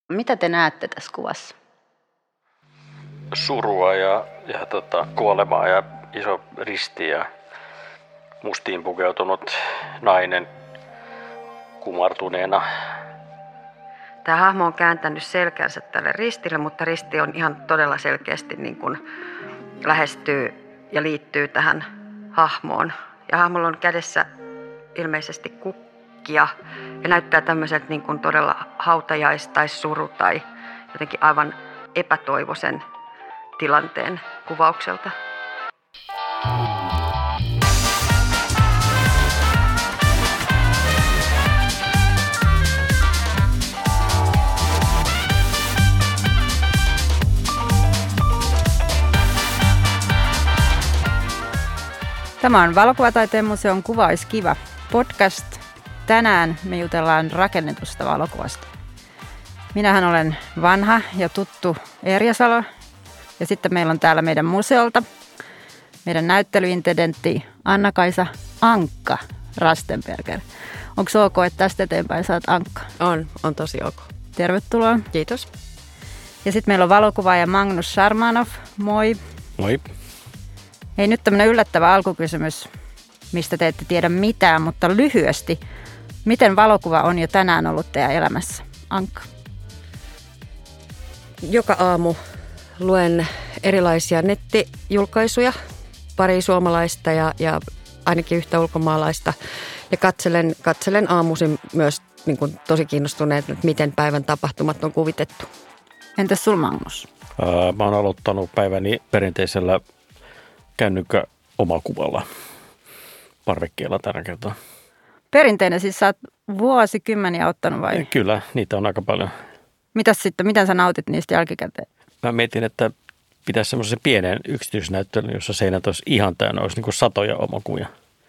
Mitä te näette tässä kuvassa? Surua ja kuolemaa ja iso risti ja mustiin pukeutunut nainen kumartuneena. Tämä hahmo on kääntänyt selkänsä tälle ristille, mutta risti on ihan todella selkeästi niin kuin lähestyy ja liittyy tähän hahmoon. Ja hahmolla on kädessä ilmeisesti kukkia ja näyttää tämmöiseltä niin kuin todella hautajais- tai suru- tai jotenkin aivan epätoivoisen tilanteen kuvaukselta. Tämä on Valokuvataiteen museon Kuva ois kiva podcast. Tänään me jutellaan rakennetusta valokuvasta. Minähän olen vanha ja tuttu Erja Salo. Ja sitten meillä on täällä meidän museolta meidän näyttelyintendentti Anna-Kaisa Ankka Rastenberger. Onko se ok, että tästä eteenpäin saat Ankka? On tosi ok. Tervetuloa. Kiitos. Ja sitten meillä on valokuvaaja Magnus Sharmanov. Moi. Moi. Hei, nyt tämmöinen yllättävä alkukysymys, mistä te ette tiedä mitään, mutta lyhyesti. Miten valokuva on jo tänään ollut teidän elämässä? Ankka. Joka aamu luen erilaisia nettijulkaisuja, pari suomalaista ja ainakin yhtä ulkomaalaista. Ja katselen aamuisin myös niin kuin tosi kiinnostuneet, että miten päivän tapahtumat on kuvitettu. Entäs sul, Magnus? Mä oon aloittanut päiväni perinteisellä kännykkä omakuvalla parvekkeella tällä kertaa. Perinteinen, siis sä oot vuosikymmeniä ottanut vai? Kyllä, niitä on aika paljon. Mitäs sitten, miten sä nautit niistä jälkikäteen? Mä mietin, että pitäisi semmoisen pienen yksityisnäyttelyn, jossa seinät olisi ihan täynnä, olisi niin kuin satoja omakuvia.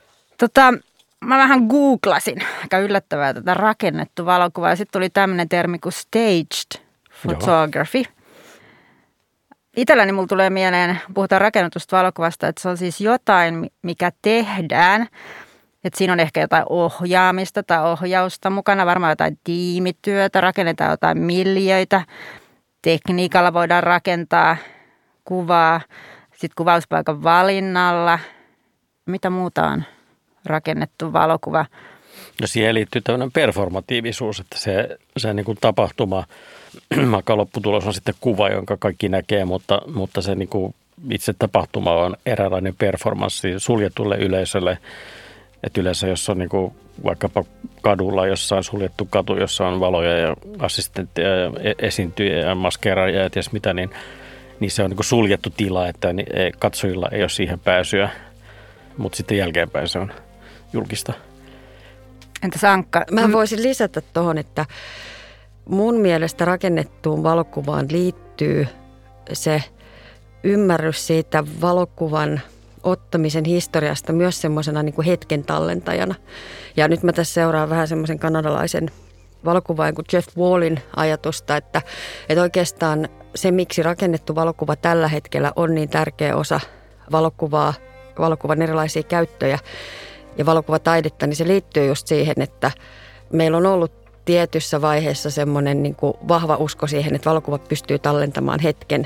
Mä vähän googlasin, aika yllättävää tätä rakennettu valokuvaa, ja sitten tuli tämmöinen termi kuin staged photography. Joo. Itselläni mulla tulee mieleen, puhutaan rakennetusta valokuvasta, että se on siis jotain, mikä tehdään. Että siinä on ehkä jotain ohjaamista tai ohjausta mukana, varmaan jotain tiimityötä, rakennetaan jotain miljöitä. Tekniikalla voidaan rakentaa kuvaa, sitten kuvauspaikan valinnalla. Mitä muuta on rakennettu valokuva? No siihen liittyy tämmöinen performatiivisuus, että se niin kuin tapahtuma, vaikka lopputulos on sitten kuva, jonka kaikki näkee, mutta se niin kuin itse tapahtuma on eräänlainen performanssi suljetulle yleisölle. Että yleensä jos on niin kuin vaikkapa kadulla jossain suljettu katu, jossa on valoja ja assistentteja ja esiintyjiä ja maskeeraajia ja ties mitä, niin se on niin kuin suljettu tila, että katsojilla ei ole siihen pääsyä, mutta sitten jälkeenpäin se on julkista. Entäs Ankka? Mä voisin lisätä tuohon, että mun mielestä rakennettuun valokuvaan liittyy se ymmärrys siitä valokuvan ottamisen historiasta myös semmoisena niin kuin hetken tallentajana. Ja nyt mä tässä seuraan vähän semmoisen kanadalaisen valokuvaajan kuin Jeff Wallin ajatusta, että oikeastaan se, miksi rakennettu valokuva tällä hetkellä on niin tärkeä osa valokuvan erilaisia käyttöjä ja valokuvataidetta, niin se liittyy just siihen, että meillä on ollut tietyssä vaiheessa semmoinen niin kuin vahva usko siihen, että valokuva pystyy tallentamaan hetken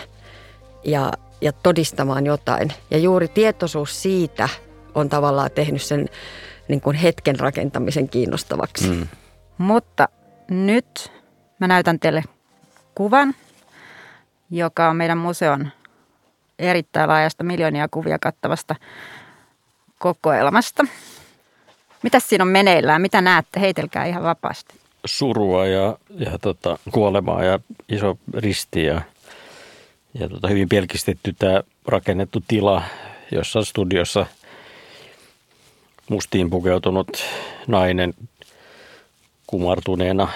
ja todistamaan jotain. Ja juuri tietoisuus siitä on tavallaan tehnyt sen niin kuin hetken rakentamisen kiinnostavaksi. Mm. Mutta nyt mä näytän teille kuvan, joka on meidän museon erittäin laajasta miljoonia kuvia kattavasta kokoelmasta. Mitäs siinä on meneillään? Mitä näette? Heitelkää ihan vapaasti. Surua ja kuolemaa ja iso risti ja hyvin pelkistetty tämä rakennettu tila, jossa on studiossa mustiin pukeutunut nainen kumartuneena.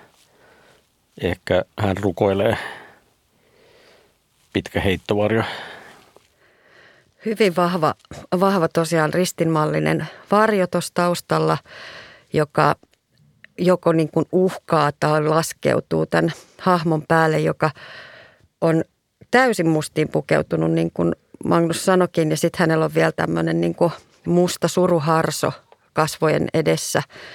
Ehkä hän rukoilee, pitkä heittovarjo. Hyvin vahva tosiaan ristinmallinen varjo tuossa taustalla, joka joko niin kuin uhkaa tai laskeutuu tämän hahmon päälle, joka on täysin mustiin pukeutunut, niin kuin Magnus sanoikin. Ja sitten hänellä on vielä tämmöinen niin kuin musta suruharso kasvojen edessä.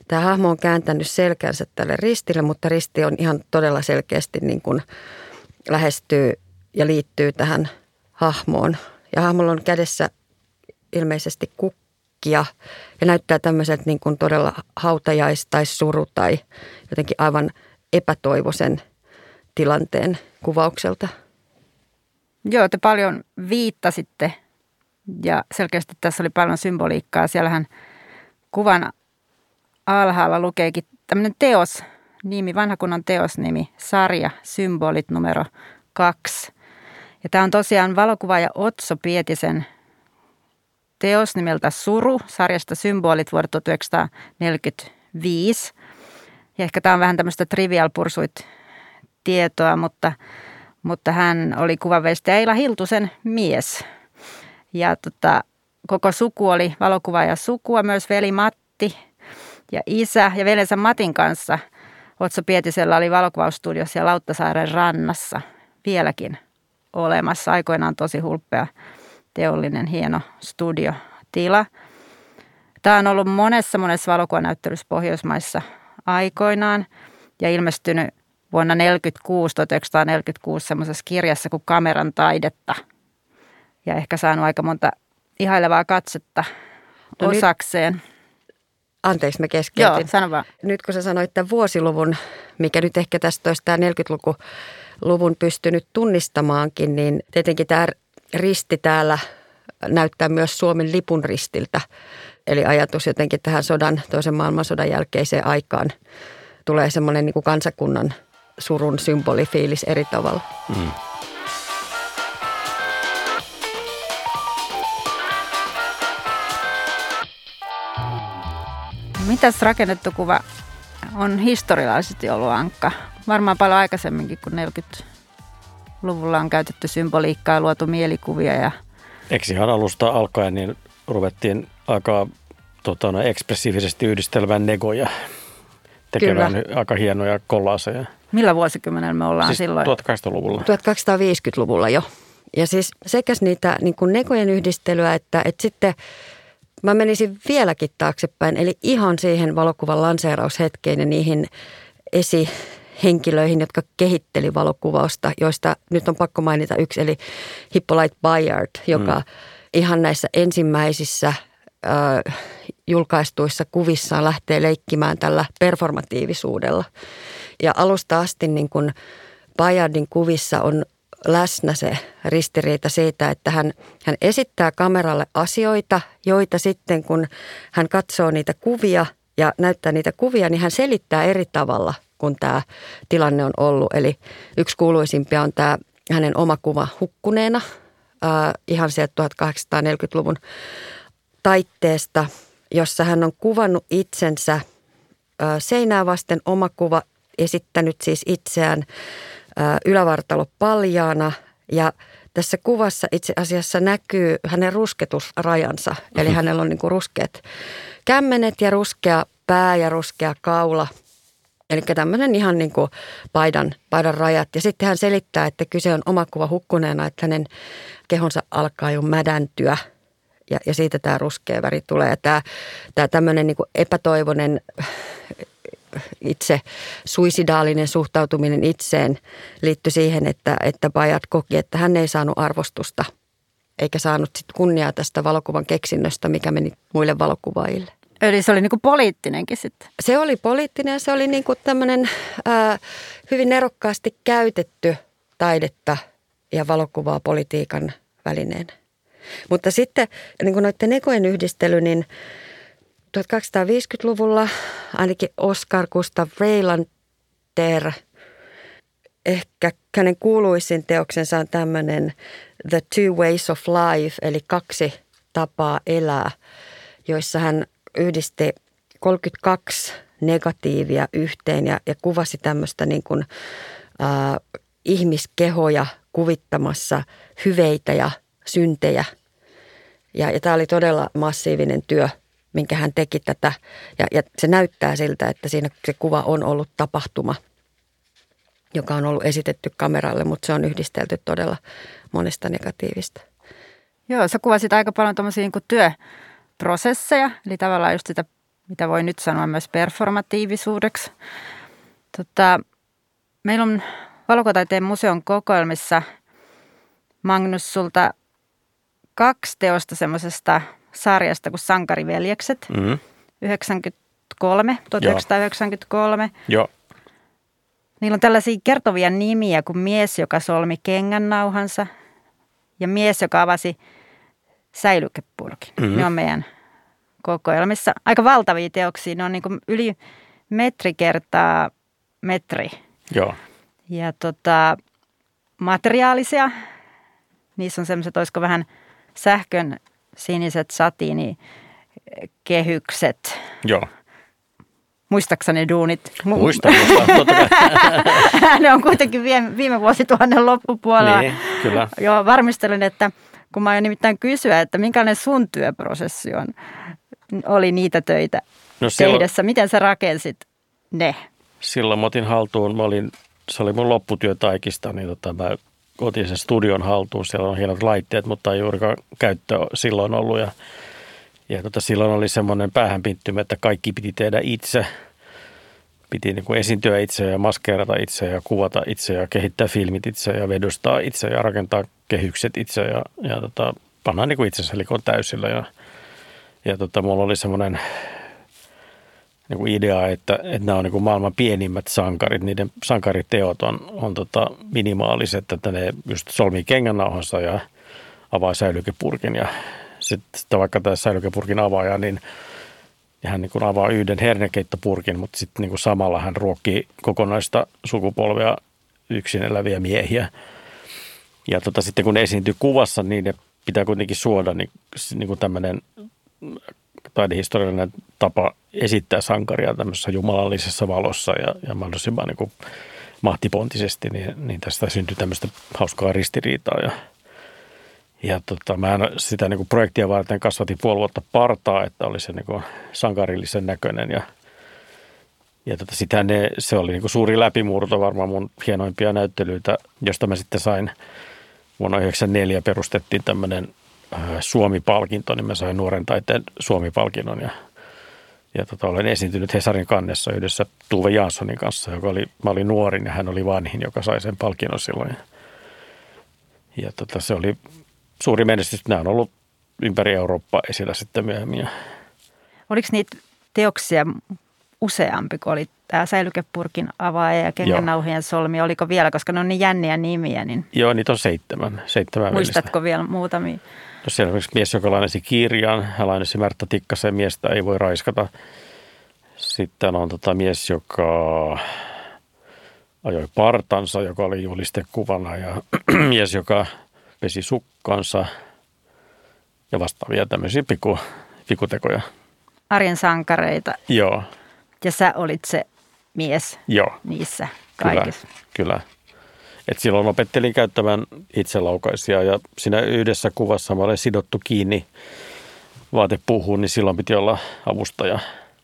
Tämä hahmo on kääntänyt selkänsä tälle ristille, mutta risti on ihan todella selkeästi niin kuin lähestyy ja liittyy tähän hahmoon. Ja hahmolla on kädessä ilmeisesti kukkia ja näyttää tämmöiseltä niin kuin todella hautajais- tai suru- tai jotenkin aivan epätoivoisen tilanteen kuvaukselta. Joo, te paljon viittasitte ja selkeästi tässä oli paljon symboliikkaa. Siellähän kuvan alhaalla lukeekin tämmöinen teosnimi, vanha kunnon teosnimi, sarja, symbolit numero 2. Ja tämä on tosiaan valokuvaaja Otso Pietisen teos nimeltä Suru, sarjasta Symbolit vuodelta 1945. Ja ehkä tämä on vähän tämmöistä trivial pursuit tietoa, mutta hän oli kuvanveistäjä Eila Hiltusen mies. Ja koko suku oli valokuvaaja sukua, myös veli Matti ja isä ja veljensä Matin kanssa. Otso Pietisellä oli valokuvausstudio siellä Lauttasaaren rannassa vieläkin olemassa. Aikoinaan tosi hulppea teollinen hieno studiotila. Tämä on ollut monessa valokuvanäyttelyssä Pohjoismaissa aikoinaan ja ilmestynyt vuonna 1946 semmoisessa kirjassa kuin Kameran taidetta. Ja ehkä saanut aika monta ihailevaa katsetta osakseen. Anteeksi, mä keskeytin. Joo, sano vaan. Nyt kun sä sanoit tämän vuosiluvun, mikä nyt ehkä tästä olisi tämä 40-luvun pystynyt tunnistamaankin, niin tietenkin tämä risti täällä näyttää myös Suomen lipun ristiltä. Eli ajatus jotenkin tähän toisen maailmansodan jälkeiseen aikaan tulee semmoinen niin kuin kansakunnan surun symbolifiilis eri tavalla. Mm. Mitäs rakennettu kuva on historiallisesti ollut ankka? Varmaan paljon aikaisemminkin kuin 40-luvulla on käytetty symboliikkaa ja luotu mielikuvia. Ja eikö ihan alusta alkaen niin ruvettiin aika ekspressiivisesti yhdistelmään negoja, tekemään aika hienoja kollaaseja. Millä vuosikymmenellä me ollaan siis silloin? 1800-luvulla. 1250-luvulla jo. Ja siis sekä niitä niin kuin negojen yhdistelyä, että sitten mä menisin vieläkin taaksepäin, eli ihan siihen valokuvan lanseeraushetkeen ja niihin esihenkilöihin, jotka kehitteli valokuvausta, joista nyt on pakko mainita yksi, eli Hippolyte Bayard, joka ihan näissä ensimmäisissä julkaistuissa kuvissaan lähtee leikkimään tällä performatiivisuudella. Ja alusta asti niin kuin Bayardin kuvissa on läsnä se ristiriita siitä, että hän esittää kameralle asioita, joita sitten kun hän katsoo niitä kuvia ja näyttää niitä kuvia, niin hän selittää eri tavalla, kun tämä tilanne on ollut. Eli yksi kuuluisimpia on tämä hänen oma kuva hukkuneena ihan sieltä 1840-luvun taitteesta, jossa hän on kuvannut itsensä seinää vasten, oma kuva, esittänyt siis itseään ylävartalo paljaana ja tässä kuvassa itse asiassa näkyy hänen rusketusrajansa. Eli hänellä on niin kuin ruskeat kämmenet ja ruskea pää ja ruskea kaula. Eli tämmöinen ihan niin kuin paidan rajat. Ja sitten hän selittää, että kyse on oma kuva hukkuneena, että hänen kehonsa alkaa jo mädäntyä. Ja siitä tämä ruskea väri tulee. Ja tämä tämmöinen niin kuin epätoivoinen itse suicidaalinen suhtautuminen itseen liittyi siihen, että Bayard koki, että hän ei saanut arvostusta eikä saanut sit kunniaa tästä valokuvan keksinnöstä, mikä meni muille valokuvaajille. Eli se oli niin kuin poliittinenkin sitten? Se oli poliittinen ja se oli niin kuin tämmöinen hyvin nerokkaasti käytetty taidetta ja valokuvaa politiikan välineenä. Mutta sitten niin kuin noiden negojen yhdistely, niin 1250-luvulla ainakin Oscar Gustav Freylander, ehkä hänen kuuluisin teoksensa on tämmöinen The Two Ways of Life, eli 2 tapaa elää, joissa hän yhdisti 32 negatiivia yhteen ja kuvasi tämmöistä niin kuin, ihmiskehoja kuvittamassa hyveitä ja syntejä. Ja tämä oli todella massiivinen työ, minkä hän teki tätä. Ja se näyttää siltä, että siinä se kuva on ollut tapahtuma, joka on ollut esitetty kameralle, mutta se on yhdistelty todella monesta negatiivista. Joo, sä kuvasit aika paljon tuommoisia niin kuin työprosesseja, eli tavallaan just sitä mitä voi nyt sanoa myös performatiivisuudeksi. Meillä on Valokuvataiteen museon kokoelmissa, Magnus, sulta 2 teosta semmoisesta sarjasta kuin Sankariveljekset, 1993. Joo. Niillä on tällaisia kertovia nimiä kuin Mies, joka solmi kengännauhansa ja Mies, joka avasi säilykepurkin. Ne on meidän kokoelmissa. Aika valtavia teoksia. Ne on niin kuin yli metri kertaa metri. Joo. Ja materiaalisia. Niissä on semmoiset, olisiko vähän sähkön siniset satiinikehykset. Joo. Muistaaksä ne duunit? Muistan, totta kai. Ne on kuitenkin viime vuosituhannen loppupuolella. Niin, kyllä. Joo, varmistelen, että kun mä aion nimittäin kysyä, että minkälainen sun työprosessi oli niitä töitä tehdessä. Miten sä rakensit ne? Silloin mä otin haltuun, se oli mun lopputyötaikista, niin mä otin sen studion haltuun. Siellä on hienot laitteet, mutta ei juurikaan käyttöä silloin ollut. Ja silloin oli semmoinen päähänpinttymä, että kaikki piti tehdä itse. Piti niin kuin esiintyä itse ja maskeerata itse ja kuvata itse ja kehittää filmit itse ja vedostaa itse ja rakentaa kehykset itse ja panna niin kuin itse likoon täysillä. Ja mulla oli semmoinen niin kuin idea, että nämä on niin kuin maailman pienimmät sankarit. Niiden sankariteot on minimaaliset, että ne just solmii kengännauhansa ja avaa säilykepurkin. Ja sitten vaikka tämä säilykepurkin avaaja, niin hän niin kuin avaa yhden hernekeittopurkin, mutta sitten niin kuin samalla hän ruokkii kokonaista sukupolvea yksin eläviä miehiä. Ja sitten kun ne esiintyy kuvassa, niin ne pitää kuitenkin suoda niin kuin tämmöinen taidehistoriallinen tapa esittää sankaria tämmöisessä jumalallisessa valossa ja mahdollisimman niin kuin mahtipontisesti, niin tästä syntyy tämmöistä hauskaa ristiriitaa. Ja mä sitä niin kuin projektia varten kasvatin 5 vuotta partaa, että oli se niin kuin sankarillisen näköinen. Ja se oli niin kuin suuri läpimurto, varmaan mun hienoimpia näyttelyitä, josta mä sitten sain vuonna 1994 perustettiin tämmöinen Suomi-palkinto, niin mä sain nuoren taiteen Suomi-palkinnon. Ja olen esiintynyt Hesarin kannessa yhdessä Tuve Janssonin kanssa, mä olin nuorin ja hän oli vanhin, joka sai sen palkinnon silloin. Ja se oli suuri menestys. Nämä on ollut ympäri Eurooppaa esillä sitten myöhemmin. Oliko niitä teoksia useampi, kun oli tämä säilykepurkin avaaja ja kengännauhien solmi? Oliko vielä, koska ne on niin jänniä nimiä? Niin... Joo, niitä on 7 Muistatko vielä muutamia? No siellä on Mies, joka lainasi kirjan. Hän lainasi Märta Tikkasen Miestä ei voi raiskata. Sitten on Mies, joka ajoi partansa, joka oli julistekuvana, ja Mies, joka pesi sukkansa ja vastaavia tämmöisiä pikutekoja. Arjen sankareita. Joo. Ja sä olit se mies niissä kaikissa. Kyllä. Et silloin opettelin käyttämään itselaukaisia ja siinä yhdessä kuvassa mä olen sidottu kiinni vaatepuuhun, niin silloin piti olla avustaja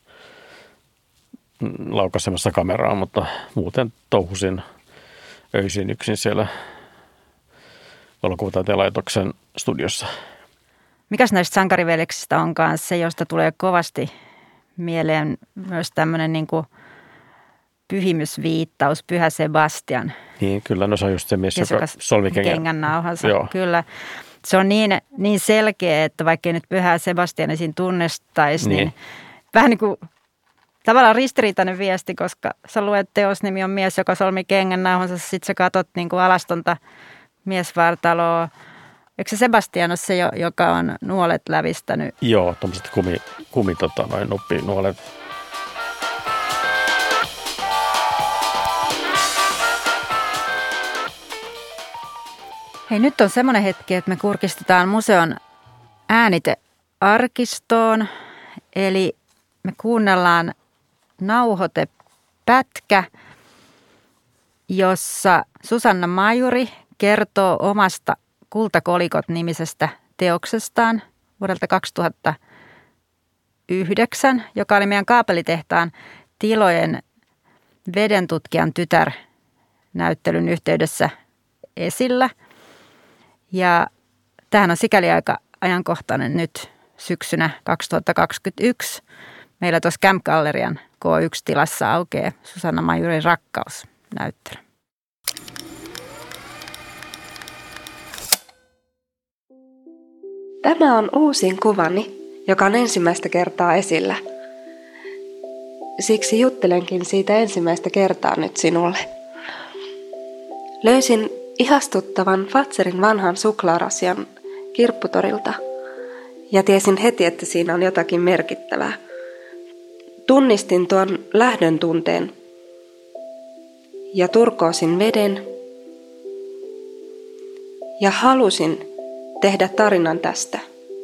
laukaisemassa kameraa, mutta muuten touhusin öisin yksin siellä Valokuvataiteen laitoksen studiossa. Mikäs näistä sankariveljeksistä onkaan se, josta tulee kovasti mieleen myös tämmöinen niin kuin pyhimysviittaus, Pyhä Sebastian. Niin, kyllä, no se on just se mies, joka solmi kengän nauhansa. Kyllä. Se on niin selkeä, että vaikka ei nyt Pyhää Sebastian siinä tunnestaisi, niin vähän niin kuin tavallaan ristiriitainen viesti, koska sä luet teosnimi on Mies, joka solmi kengän nauhansa, sitten sä katot niin kuin alastonta miesvartaloa. Eikö se Sebastian ole se, joka on nuolet lävistänyt? Joo, tuommoiset nuppinuolet. Hei, nyt on semmoinen hetki, että me kurkistetaan museon äänitearkistoon. Eli me kuunnellaan nauhoitepätkä, jossa Susanna Majuri kertoo omasta Kultakolikot-nimisestä teoksestaan vuodelta 2009, joka oli meidän kaapelitehtaan tilojen vedentutkijan tytär-näyttelyn yhteydessä esillä. Ja tämähän on sikäli aika ajankohtainen nyt syksynä 2021, meillä tuossa Camp Gallerian K1-tilassa aukeaa Susanna Majurin rakkausnäyttely. Tämä on uusin kuvani, joka on ensimmäistä kertaa esillä. Siksi juttelenkin siitä ensimmäistä kertaa nyt sinulle. Löysin ihastuttavan Fazerin vanhan suklaarasian kirpputorilta ja tiesin heti, että siinä on jotakin merkittävää. Tunnistin tuon lähdön tunteen ja turkoosin veden ja halusin tehdä tarinan tästä.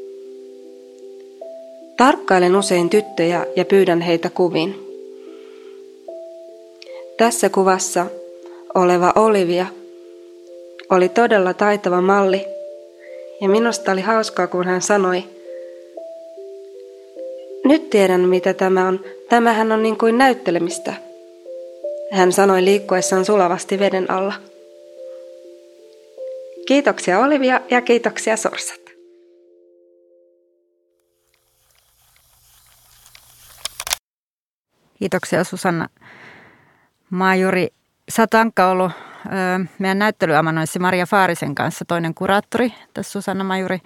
Tarkkailen usein tyttöjä ja pyydän heitä kuviin. Tässä kuvassa oleva Olivia oli todella taitava malli ja minusta oli hauskaa, kun hän sanoi: "Nyt tiedän, mitä tämä on. Tämähän on niin kuin näyttelemistä." Hän sanoi liikkuessaan sulavasti veden alla. Kiitoksia Olivia ja kiitoksia sorsat. Kiitoksia Susanna Majuri. Sä oot Ankka ollut meidän näyttelyamanoissi Maria Faarisen kanssa toinen kuraattori tässä Susanna Majuri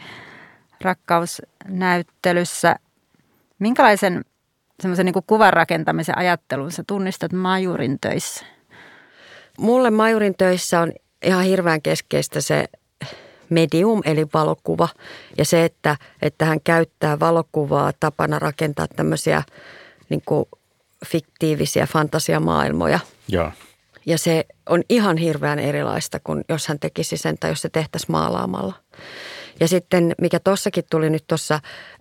rakkausnäyttelyssä. Minkälaisen semmoisen niin kuin kuvan rakentamisen ajattelun sä tunnistat Majurin töissä? Mulle Majurin töissä on ihan hirveän keskeistä se medium eli valokuva ja se, että hän käyttää valokuvaa tapana rakentaa tämmöisiä niin kuin fiktiivisiä fantasiamaailmoja. Joo. Ja se on ihan hirveän erilaista kuin jos hän tekisi sen tai jos se tehtäisiin maalaamalla. Ja sitten mikä tossakin tuli nyt tuossa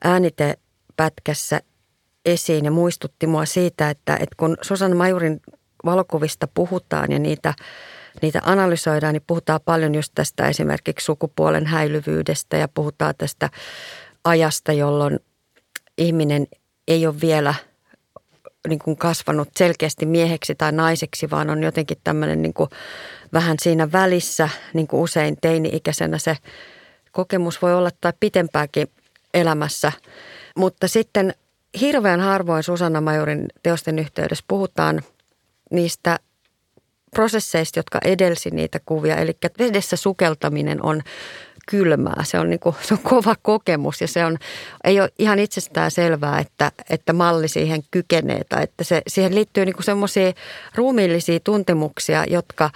äänitepätkässä esiin ja muistutti mua siitä, että kun Susanna Majurin valokuvista puhutaan ja niitä analysoidaan, niin puhutaan paljon just tästä esimerkiksi sukupuolen häilyvyydestä ja puhutaan tästä ajasta, jolloin ihminen ei ole vielä niin kuin kasvanut selkeästi mieheksi tai naiseksi, vaan on jotenkin tämmöinen niin kuin vähän siinä välissä, niin kuin usein teini-ikäisenä se kokemus voi olla tai pitempääkin elämässä. Mutta sitten hirveän harvoin Susanna Majurin teosten yhteydessä puhutaan niistä prosesseista, jotka edelsi niitä kuvia. Eli vedessä sukeltaminen on kylmää. Se on, se on kova kokemus ja ei ole ihan itsestään selvää, että malli siihen kykenee. Tai että siihen liittyy semmoisia ruumiillisia tuntemuksia, jotka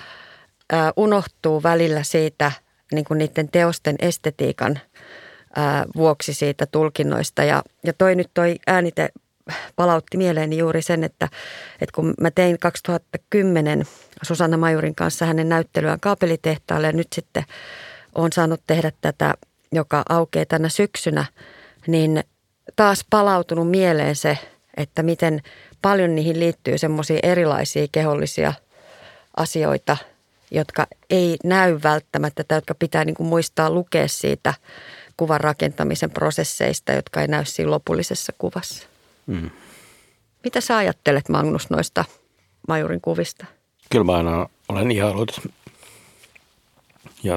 unohtuu välillä siitä niiden teosten estetiikan vuoksi siitä tulkinnoista. Ja toi äänite palautti mieleeni juuri sen, että kun mä tein 2010 Susanna Majurin kanssa hänen näyttelyään Kaapelitehtaalle ja nyt sitten olen saanut tehdä tätä, joka aukeaa tänä syksynä, niin taas palautunut mieleen se, että miten paljon niihin liittyy semmoisia erilaisia kehollisia asioita, jotka ei näy välttämättä tai jotka pitää muistaa lukea siitä kuvan rakentamisen prosesseista, jotka ei näy siinä lopullisessa kuvassa. Mm. Mitä sä ajattelet, Magnus, noista Majurin kuvista? Kyllä mä aina olen ihaillut. Ja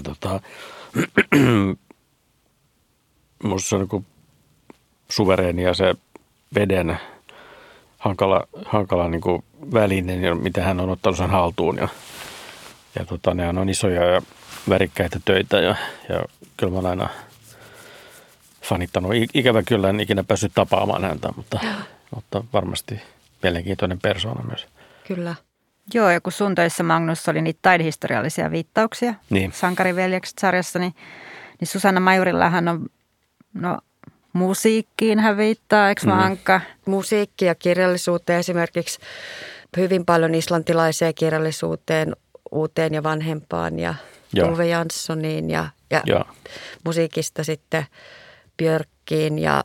musta se on niin suvereeni ja se veden hankala niin kuin väline, mitä hän on ottanut sen haltuun. Ja nehän on isoja ja värikkäitä töitä ja kyllä mä olen aina fanittanut. Ikävä kyllä en ikinä päässyt tapaamaan häntä, mutta varmasti mielenkiintoinen persoona myös. Kyllä. Joo, ja kun sun töissä, Magnus, oli niitä taidehistoriallisia viittauksia niin Sankariveljekset-sarjassa, niin Susanna Majurillahan on, musiikkiin hän viittaa, eikö Ankka? Musiikki ja kirjallisuuteen esimerkiksi hyvin paljon islantilaiseen kirjallisuuteen, uuteen ja vanhempaan ja Tove Janssoniin ja musiikista sitten Björkkiin ja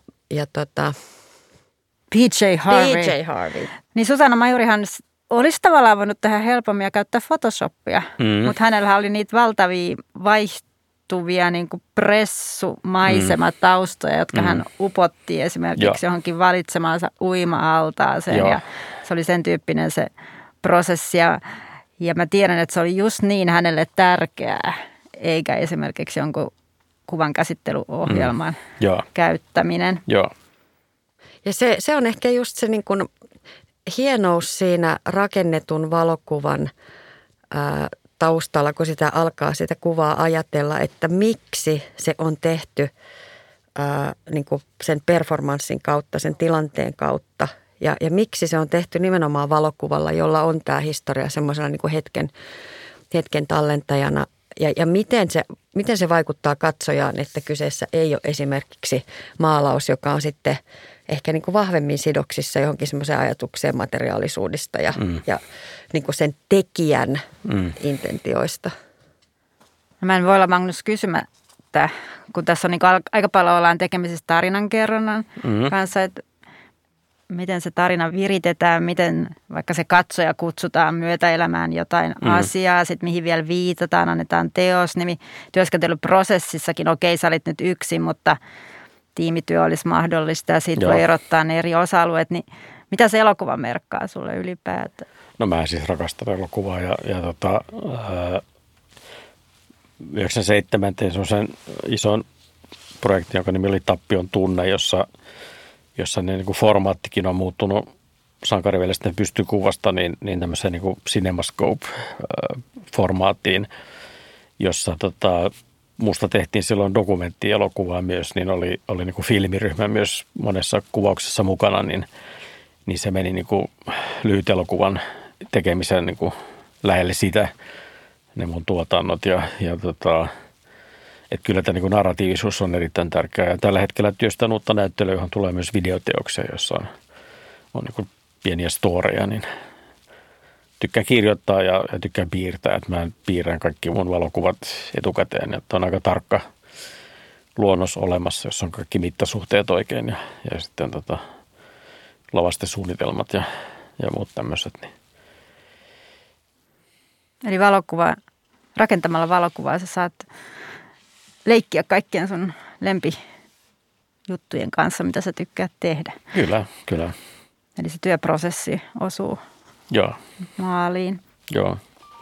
PJ Harvey. Niin Susanna Majurihan olisi tavallaan voinut tehdä helpommin ja käyttää Photoshopia, mutta hänellä oli niitä valtavia vaihtuvia niin kuin pressumaisemataustoja, jotka hän upotti esimerkiksi johonkin valitsemaansa uima-altaaseen ja se oli sen tyyppinen se prosessi ja mä tiedän, että se oli just niin hänelle tärkeää, eikä esimerkiksi jonkun kuvan käsittelyohjelman käyttäminen. Joo. Ja se on ehkä just se niin kuin hienous siinä rakennetun valokuvan taustalla, kun sitä alkaa sitä kuvaa ajatella, että miksi se on tehty niin kuin sen performanssin kautta, sen tilanteen kautta. Ja miksi se on tehty nimenomaan valokuvalla, jolla on tämä historia semmoisena niin kuin hetken tallentajana. Ja miten se vaikuttaa katsojaan, että kyseessä ei ole esimerkiksi maalaus, joka on sitten ehkä niin kuin vahvemmin sidoksissa johonkin semmoiseen ajatukseen materiaalisuudesta ja niin kuin sen tekijän intentioista. No mä en voi olla Magnus kysymättä, kun tässä on niin aika paljon ollaan tekemisissä tarinankerronnan kanssa, että miten se tarina viritetään, miten vaikka se katsoja kutsutaan myötäelämään jotain asiaa, sitten mihin vielä viitataan, annetaan teosnimi. Työskentelyprosessissakin, okei, sä olit nyt yksin, mutta tiimityö olisi mahdollista ja siitä voi erottaa ne eri osa-alueet. Niin mitä se elokuva merkkaa sulle ylipäätään? No mä siis rakastan elokuvaa ja 97 tein semmoisen ison projektin, jonka nimi oli Tappion tunne, jossa niin kuin formaattikin on muuttunut sankariveljesten pystykuvasta niin tämmöiseen niin kuin CinemaScope-formaattiin, jossa musta tehtiin silloin dokumenttielokuvaa myös, niin oli niin kuin filmiryhmä myös monessa kuvauksessa mukana, niin se meni niin kuin lyhyt elokuvan tekemisen niin kuin lähelle sitä ne mun tuotannot että kyllä tämä niin kuin narratiivisuus on erittäin tärkeää. Ja tällä hetkellä työstän uutta näyttelyä, johon tulee myös videoteoksia, jossa on niin kuin pieniä storeja, niin tykkään kirjoittaa ja tykkään piirtää. Että mä piirrän kaikki mun valokuvat etukäteen, että on aika tarkka luonnos olemassa, jossa on kaikki mittasuhteet oikein ja sitten lavastesuunnitelmat ja muut tämmöiset. Niin. Eli rakentamalla valokuvaa sä saat leikkiä kaikkien sun lempijuttujen kanssa, mitä sä tykkäät tehdä. Kyllä. Eli se työprosessi osuu maaliin. Joo.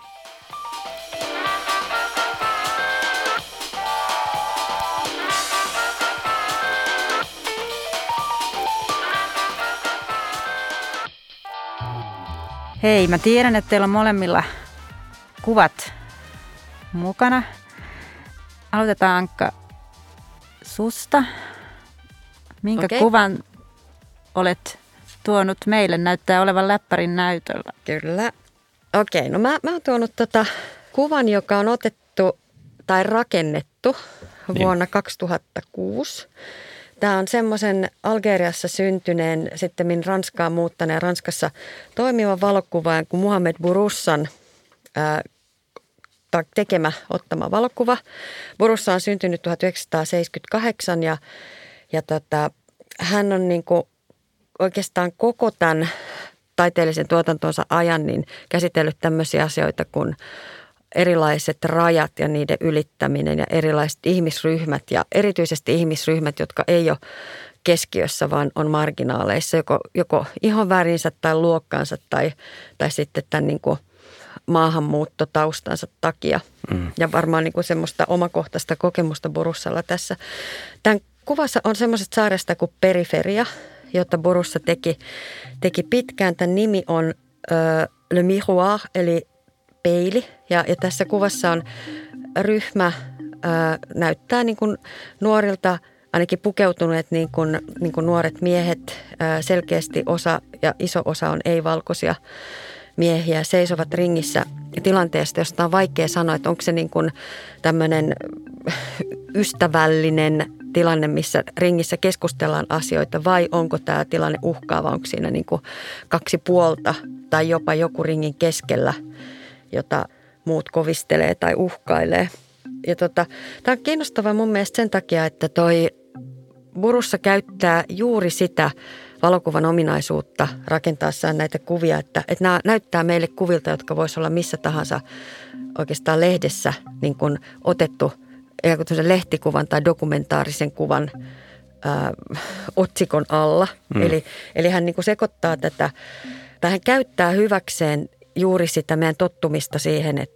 Hei, mä tiedän, että teillä on molemmilla kuvat mukana. Aloitetaan Ankka susta. Minkä kuvan olet tuonut meille? Näyttää olevan läppärin näytöllä. Kyllä. Okei, no mä oon tuonut kuvan, joka on otettu tai rakennettu vuonna 2006. Tämä on semmoisen Algeriassa syntyneen, sitten Ranskaan muuttaneen, Ranskassa toimivan valokuvaajan kuin Mohamed Bouroussan ottama valokuva. Bouroussa on syntynyt 1978 ja hän on niin kuin oikeastaan koko tämän taiteellisen tuotantonsa ajan niin käsitellyt tämmöisiä asioita kuin erilaiset rajat ja niiden ylittäminen ja erilaiset ihmisryhmät ja erityisesti ihmisryhmät, jotka ei ole keskiössä, vaan on marginaaleissa joko ihonvärinsä tai luokkaansa tai sitten tämän niin kuin maahanmuuttotaustansa takia. Ja varmaan niin kuin semmoista omakohtaista kokemusta Bouroussalla tässä. Tämän kuvassa on semmoiset saaresta kuin Periferia, jota Bouroussa teki pitkään. Tämän nimi on Le Miroir, eli peili. Ja tässä kuvassa on ryhmä, näyttää niin kuin nuorilta, ainakin pukeutuneet niin kuin nuoret miehet. Selkeästi iso osa on ei-valkoisia miehiä, seisovat ringissä tilanteesta, josta on vaikea sanoa, että onko se niin kuin tämmöinen ystävällinen tilanne, missä ringissä keskustellaan asioita vai onko tämä tilanne uhkaava, onko siinä niin kuin kaksi puolta tai jopa joku ringin keskellä, jota muut kovistelee tai uhkailee. Ja tämä on kiinnostavaa mun mielestä sen takia, että toi Bouroussa käyttää juuri sitä valokuvan ominaisuutta rakentaessaan näitä kuvia, että nämä näyttää meille kuvilta, jotka voisi olla missä tahansa oikeastaan lehdessä niin kuin otettu lehtikuvan tai dokumentaarisen kuvan otsikon alla. Eli hän niin kuin sekoittaa tätä, tai hän käyttää hyväkseen juuri sitä meidän tottumista siihen, että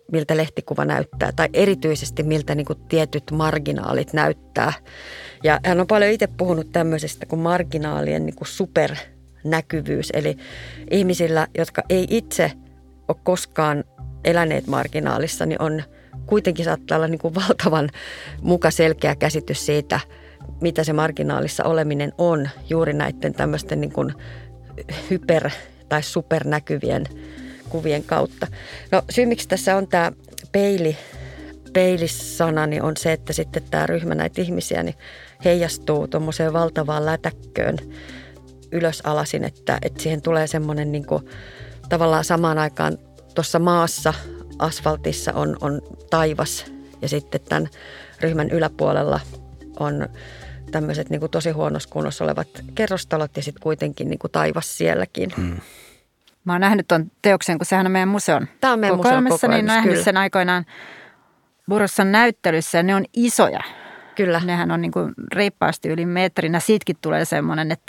miltä lehtikuva näyttää tai erityisesti miltä niin kuin tietyt marginaalit näyttää. Ja hän on paljon itse puhunut tämmöisestä kuin marginaalien niin kuin supernäkyvyys, eli ihmisillä, jotka ei itse ole koskaan eläneet marginaalissa, niin on kuitenkin saattaa olla niin kuin valtavan muka selkeä käsitys siitä, mitä se marginaalissa oleminen on juuri näiden tämmöisten niin kuin hyper- tai supernäkyvien kuvien kautta. No syy, miksi tässä on tämä peilisana, niin on se, että sitten tämä ryhmä näitä ihmisiä niin heijastuu tuommoiseen valtavaan lätäkköön ylösalasin, että siihen tulee semmoinen niin kuin tavallaan samaan aikaan tuossa maassa, asfaltissa on taivas ja sitten tämän ryhmän yläpuolella on tämmöiset niin kuin tosi huonossa kunnossa olevat kerrostalot ja sitten kuitenkin niin kuin taivas sielläkin. Mä oon nähnyt ton teoksen, kun sehän on meidän museon Tämä on meidän museon kokoelmassa, niin nähnyt kyllä sen aikoinaan Burrossan näyttelyssä ja ne on isoja. Kyllä. Nehän on niin kuin reippaasti yli metrinä. Siitäkin tulee semmoinen, että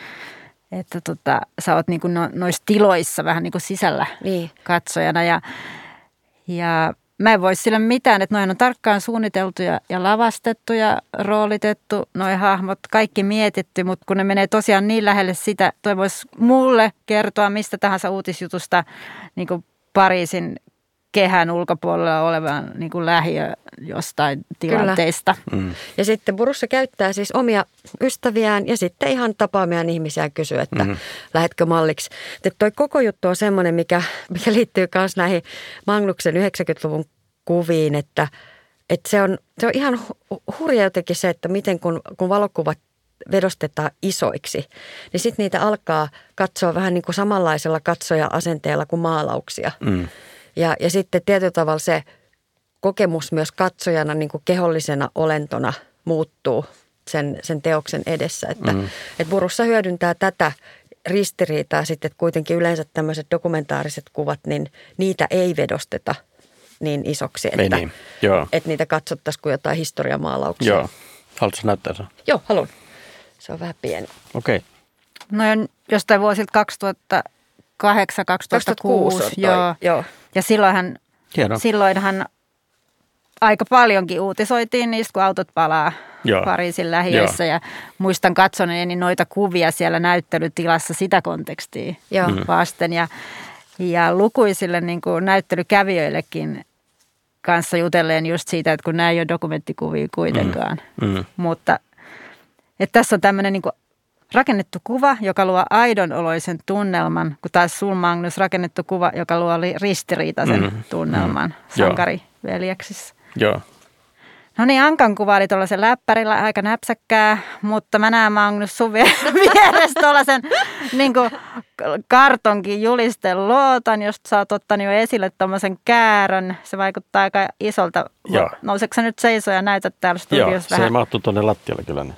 sä oot niin kuin noissa tiloissa vähän niin kuin sisällä katsojana ja mä en voi sille mitään, että noin on tarkkaan suunniteltu ja lavastettu ja roolitettu, noi hahmot, kaikki mietitty, mutta kun ne menee tosiaan niin lähelle sitä, toi voisi mulle kertoa mistä tahansa uutisjutusta niin kuin Pariisin kehän ulkopuolella olevan niin kuin lähiö jostain tilanteista. Ja sitten Burussa käyttää siis omia ystäviään ja sitten ihan tapaamiaan ihmisiä kysyy, että lähetkö malliksi. Että toi koko juttu on semmoinen, mikä liittyy myös näihin Magnuksen 90-luvun kuviin, että se on ihan hurja jotenkin se, että miten kun valokuvat vedostetaan isoiksi, niin sitten niitä alkaa katsoa vähän niin kuin samanlaisella katsoja-asenteella kuin maalauksia. Ja sitten tietyllä tavalla se kokemus myös katsojana niin kuin kehollisena olentona muuttuu sen teoksen edessä. Että Burussa hyödyntää tätä ristiriitaa sitten, että kuitenkin yleensä tämmöiset dokumentaariset kuvat, niin niitä ei vedosteta niin isoksi, että niitä katsottaisiin kuin jotain historiamaalauksia. Joo. Haluatko näyttää sen? Joo, haluan. Se on vähän pieni. Okei. No on jostain vuosilta 2008-2006. Joo. Ja silloinhan aika paljonkin uutisoitiin niistä, kun autot palaa Pariisin lähiöissä. Ja muistan katsoneeni noita kuvia siellä näyttelytilassa sitä kontekstia vasten. Ja lukuisille niin kuin näyttelykävijöillekin kanssa jutelleen just siitä, että kun nämä ei ole dokumenttikuvia kuitenkaan. Mutta että tässä on tämmöinen niin kuin rakennettu kuva, joka luo aidon oloisen tunnelman, kun taas sul, Magnus, rakennettu kuva, joka luo ristiriitaisen tunnelman sankariveljeksissä. Joo. No niin, Ankan kuva oli tuollaisen läppärillä aika näpsäkkää, mutta mä näen, Magnus, sun vieressä tuollaisen niin kuin kartonkin julisten lootan, josta sä oot ottanut jo esille tuommoisen käärön. Se vaikuttaa aika isolta. Nouseeko sä nyt seisoa ja näytät täällä studiossa vähän? Joo, se mahtuu tuonne lattialle kyllä. Niin.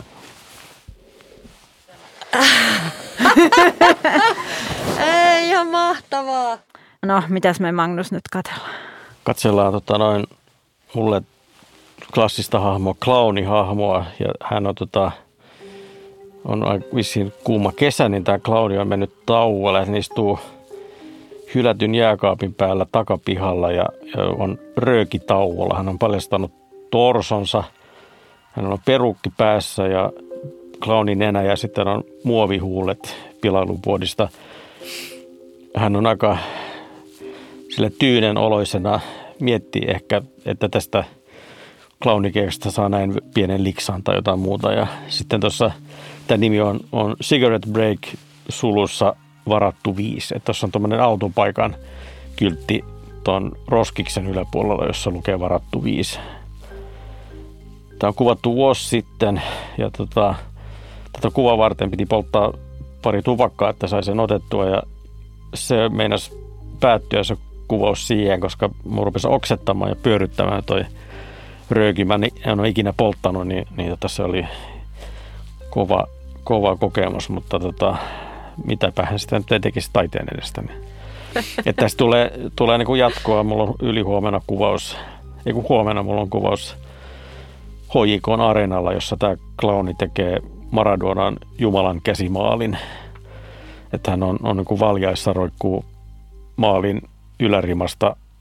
Ei, ihan mahtavaa. No, mitäs me, Magnus, nyt katsellaan? Katsellaan mulle klassista hahmoa, clownihahmoa, ja hän on vissiin kuuma kesä, niin tämä clowni on mennyt tauolle, ja hän istuu hylätyn jääkaapin päällä takapihalla ja on röökitauolla. Hän on paljastanut torsonsa, hän on perukki päässä ja clownin nenä ja sitten on muovihuulet pilailupuodista. Hän on aika sille tyynen oloisena, miettii ehkä, että tästä clownikeikasta saa näin pienen liksan tai jotain muuta. Ja sitten tuossa tämä nimi on Cigarette Break sulussa varattu 5. Että tuossa on tuommoinen autopaikan kyltti tuon roskiksen yläpuolella, jossa lukee varattu 5. Tämä on kuvattu vuosi sitten ja tätä kuvaa varten piti polttaa pari tupakkaa, että sai sen otettua ja se meinasi päättyä se kuvaus siihen, koska mä rupesin oksettamaan ja pyöryttämään toi rööki. Mä en ole ikinä polttanut, niin se oli kova kokemus, mutta mitäpä hän sitä nyt ei tekisi taiteen edestä. Niin. Että tästä tulee niin kuin jatkoa. Mulla on ylihuomenna kuvaus, huomenna mulla on kuvaus HJK:n areenalla, jossa tämä clowni tekee Maradonan Jumalan käsimaalin. Että hän on niin kuin valjaissa roikkuu maalin ylärimasta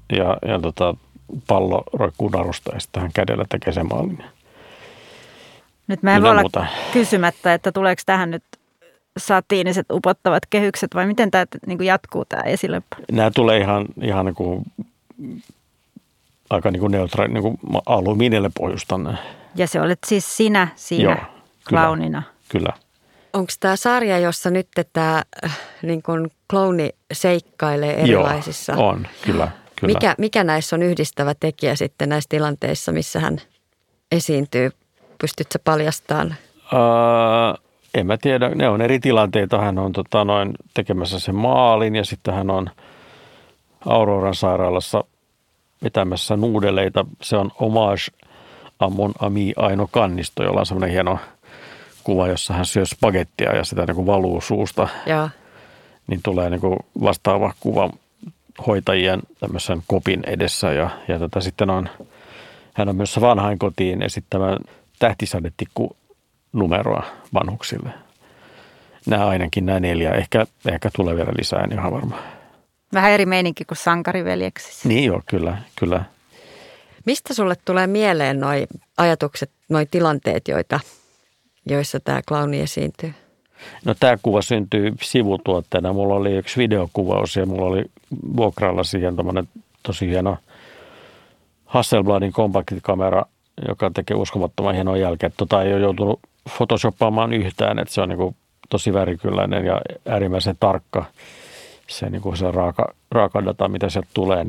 ja pallo roikkuu narusta ja sitten hän kädellä tekee sen maalin. Nyt mä en voi olla kysymättä, että tuleeko tähän nyt satiiniset upottavat kehykset vai miten tämä niin kuin jatkuu tämä esille? Nämä tulee ihan niin kuin, aika niin kuin neutraali, niin kuin alumiinille pohjustan. Ja se olet siis sinä siinä klaunina. Kyllä. Onko tämä sarja, jossa nyt tämä niin kuin klouni seikkailee erilaisissa? Joo, on, kyllä. Mikä näissä on yhdistävä tekijä sitten näissä tilanteissa, missä hän esiintyy? Pystytkö paljastamaan? En mä tiedä. Ne on eri tilanteita. Hän on tekemässä sen maalin ja sitten hän on Auroran sairaalassa vetämässä nuudeleita. Se on homage à mon ami Aino Kannisto, jolla on semmoinen hieno kuva, jossa hän syö spagettia ja sitä niin kuin valuu suusta. Joo. Niin tulee niin kuin vastaava kuva hoitajien tämmöisen kopin edessä ja sitten hän on myös vanhainkotiin esittämään tähtisadetikku numeroa vanhuksille. Ainakin nämä 4. Ehkä tulee vielä lisää, en ihan varmaan. Vähän eri meininki kuin Sankariveljeksissä. Niin joo, kyllä. Mistä sulle tulee mieleen noi ajatukset, noi tilanteet, joissa tämä klauni esiintyy? No tämä kuva syntyy sivutuotteena. Mulla oli yksi videokuvaus ja mulla oli vuokralla siihen tommoinen tosi hieno Hasselbladin kompaktikamera, joka tekee uskomattoman hienoa jälkeä. Ei ole joutunut photoshoppaamaan yhtään, että se on niin tosi värikylläinen ja äärimmäisen tarkka. Se, niin se raaka data, mitä sieltä tulee,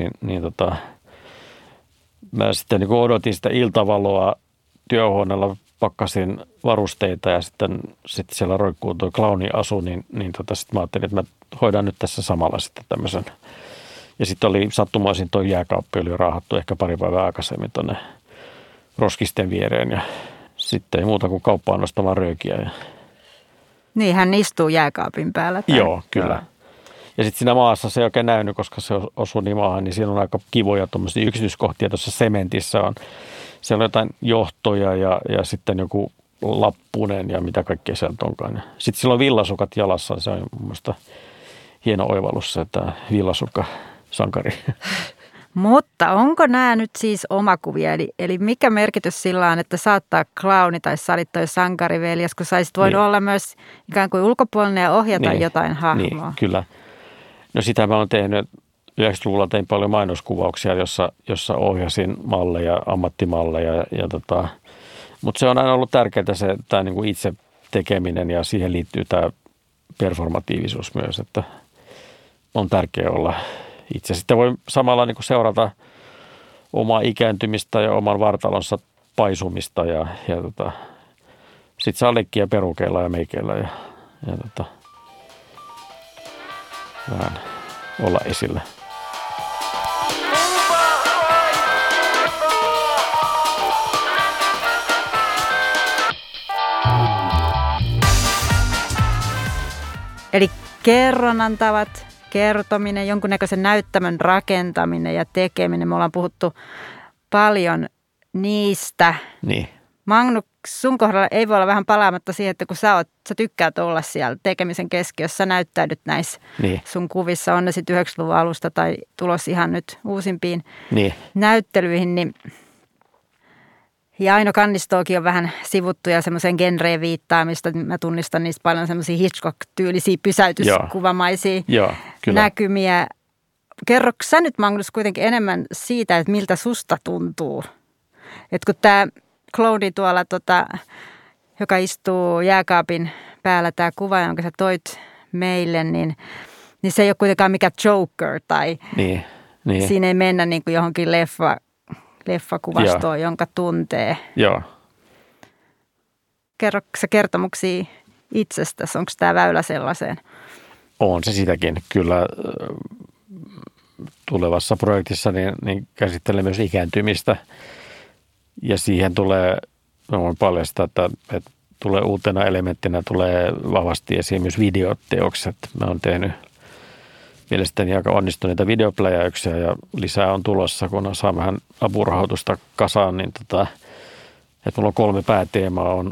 mä sitten niin odotin sitä iltavaloa työhuoneella, pakkasin varusteita ja sitten siellä roikkuu tuo klauniasu, niin sitten mä ajattelin, että mä hoidan nyt tässä samalla sitten tämmöisen. Ja sitten oli sattumaisin tuo jääkaappi oli raahattu ehkä pari päivää aikaisemmin tuonne roskisten viereen ja sitten ei muuta kuin kauppaan nostamaan röökiä. Niin, hän istuu jääkaapin päällä. Joo, kyllä. Ja sitten siinä maassa se ei oikein näynyt, koska se osui niin maahan, niin siinä on aika kivoja tuommoisia yksityiskohtia tuossa sementissä on. Siellä on jotain johtoja ja sitten joku lappunen ja mitä kaikkea sieltä onkaan. Sitten sillä on villasukat jalassa, se on mun mielestä hieno oivallus se, tämä villasukka-sankari. Mutta onko nämä nyt siis omakuvia? Eli mikä merkitys sillä on, että saattaa klauni tai sä olit toi sankariveljes, kun saisit voinut olla myös ikään kuin ulkopuolinen ja ohjata jotain hahmoa? Niin, kyllä. No sitä mä oon tehnyt, 90-luvulla tein paljon mainoskuvauksia, jossa ohjasin malleja, ammattimalleja. Mutta se on aina ollut tärkeää tämä niinku itse tekeminen ja siihen liittyy tämä performatiivisuus myös, että on tärkeää olla itse. Sitten voi samalla niinku seurata omaa ikääntymistä ja oman vartalonsa paisumista ja sitten saa leikkiä perukeilla ja meikeillä ja vähän olla esillä. Eli kerronnan tavat, kertominen, jonkunnäköisen näyttämön rakentaminen ja tekeminen. Me ollaan puhuttu paljon niistä. Niin. Magnus, sun kohdalla ei voi olla vähän palaamatta siihen, että kun sä tykkäät olla siellä tekemisen keskiössä, näyttäydyt näissä sun kuvissa, on ne sitten 90-luvun alusta tai tulos ihan nyt uusimpiin näyttelyihin, niin ja Aino Kannistoakin on vähän sivuttu ja semmoisen genreen viittaamista. Mä tunnistan niistä paljon semmoisia Hitchcock-tyylisiä pysäytyskuvamaisia näkymiä. Kerroksä sä nyt, Magnus, kuitenkin enemmän siitä, että miltä susta tuntuu? Että kun tämä klouni tuolla, joka istuu jääkaapin päällä, tämä kuva, jonka sä toit meille, niin se ei ole kuitenkaan mikään Joker tai siinä ei mennä niin kuin johonkin leffakuvastoon, jonka tuntee. Joo. Kerroksä kertomuksia itsestäsi? Onko tämä väylä sellaiseen? On se sitäkin. Kyllä tulevassa projektissa niin käsittelee myös ikääntymistä. Ja siihen tulee, mä voin paljastaa, että tulee uutena elementtinä tulee vahvasti esiin myös videoteokset. Mä oon tehnyt mielestäni aika onnistuneita videopläjäyksiä ja lisää on tulossa, kun saa vähän apurahoitusta kasaan. Niin että mulla on 3 pääteemaa, on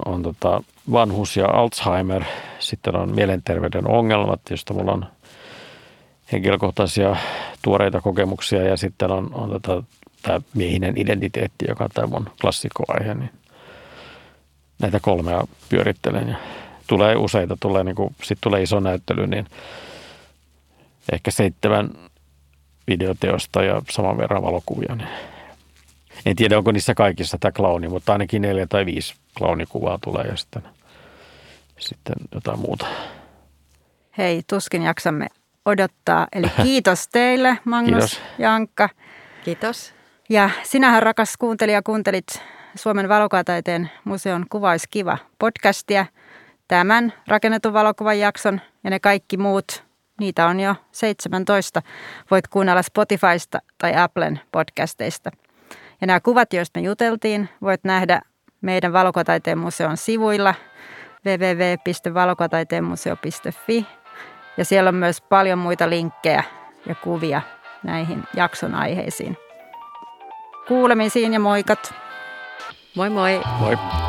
vanhus ja Alzheimer, sitten on mielenterveyden ongelmat, josta mulla on henkilökohtaisia tuoreita kokemuksia ja sitten on tämä miehinen identiteetti, joka on tämä mun klassikkoaihe, niin näitä 3 pyörittelen ja tulee useita, sitten tulee iso näyttely, niin ehkä 7 videoteosta ja saman verran valokuvia. Niin en tiedä, onko niissä kaikissa tämä klauni, mutta ainakin 4 tai 5 klaunikuvaa tulee ja sitten jotain muuta. Hei, tuskin jaksamme odottaa. Eli kiitos teille, Magnus, Kiitos. ja Ankka. Kiitos. Ja sinähän, rakas kuuntelija, kuuntelit Suomen valokuvataiteen museon Kuvaiskiva podcastia, tämän rakennetun valokuvan jakson ja ne kaikki muut, niitä on jo 17. Voit kuunnella Spotifysta tai Applen podcasteista. Ja nämä kuvat, joista me juteltiin, voit nähdä meidän Valokuvataiteen museon sivuilla www.valokuvataiteenmuseo.fi. Ja siellä on myös paljon muita linkkejä ja kuvia näihin jakson aiheisiin. Kuulemisiin ja moikat! Moi moi! Moi!